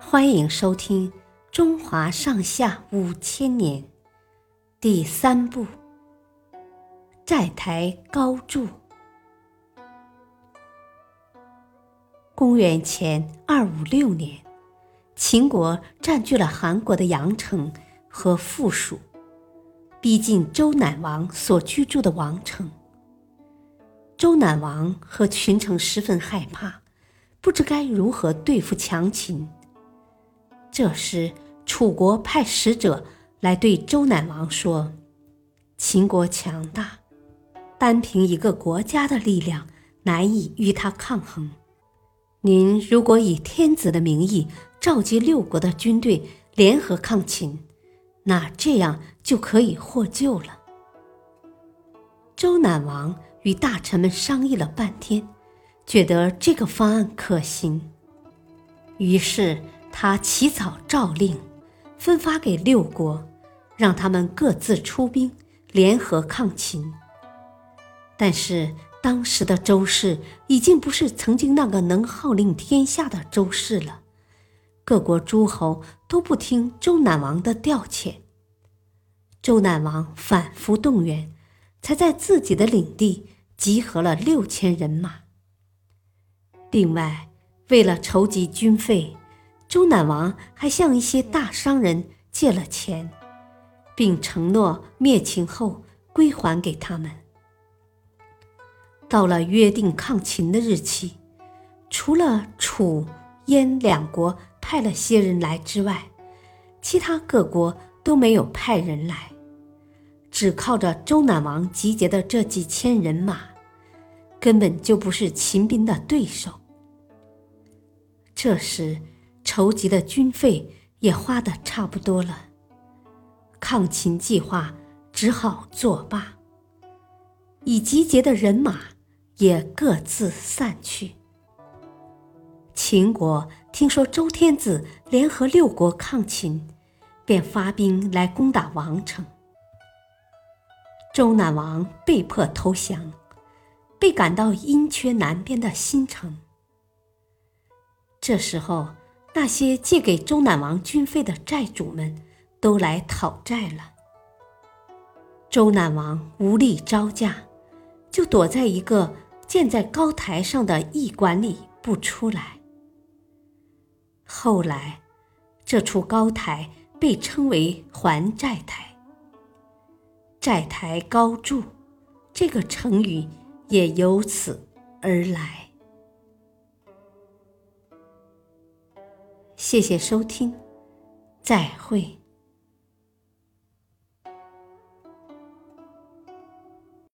欢迎收听《中华上下5000年》第3部《债台高筑》。公元前256年，秦国占据了韩国的阳城和附属，逼近周赧王所居住的王城。周赧王和群臣十分害怕，不知该如何对付强秦。这时，楚国派使者来对周赧王说：秦国强大，单凭一个国家的力量难以与他抗衡。您如果以天子的名义召集6国的军队联合抗秦，那这样就可以获救了。周赧王与大臣们商议了半天，觉得这个方案可行，于是他起草诏令，分发给6国，让他们各自出兵，联合抗秦。但是当时的周氏已经不是曾经那个能号令天下的周氏了，各国诸侯都不听周赧王的调遣。周赧王反复动员，才在自己的领地集合了6000人马。另外，为了筹集军费，周赧王还向一些大商人借了钱，并承诺灭秦后归还给他们。到了约定抗秦的日期，除了楚、燕2国派了些人来之外，其他各国都没有派人来，只靠着周赧王集结的这几千人马，根本就不是秦兵的对手。这时筹集的军费也花得差不多了，抗秦计划只好作罢，已集结的人马也各自散去。秦国听说周天子联合6国抗秦，便发兵来攻打王城。周赧王被迫投降，被赶到阴阙南边的新城。这时候，那些借给周赧王军费的债主们都来讨债了。周赧王无力招架，就躲在一个建在高台上的驿馆里不出来。后来，这处高台被称为还债台。债台高筑这个成语也由此而来。谢谢收听，再会。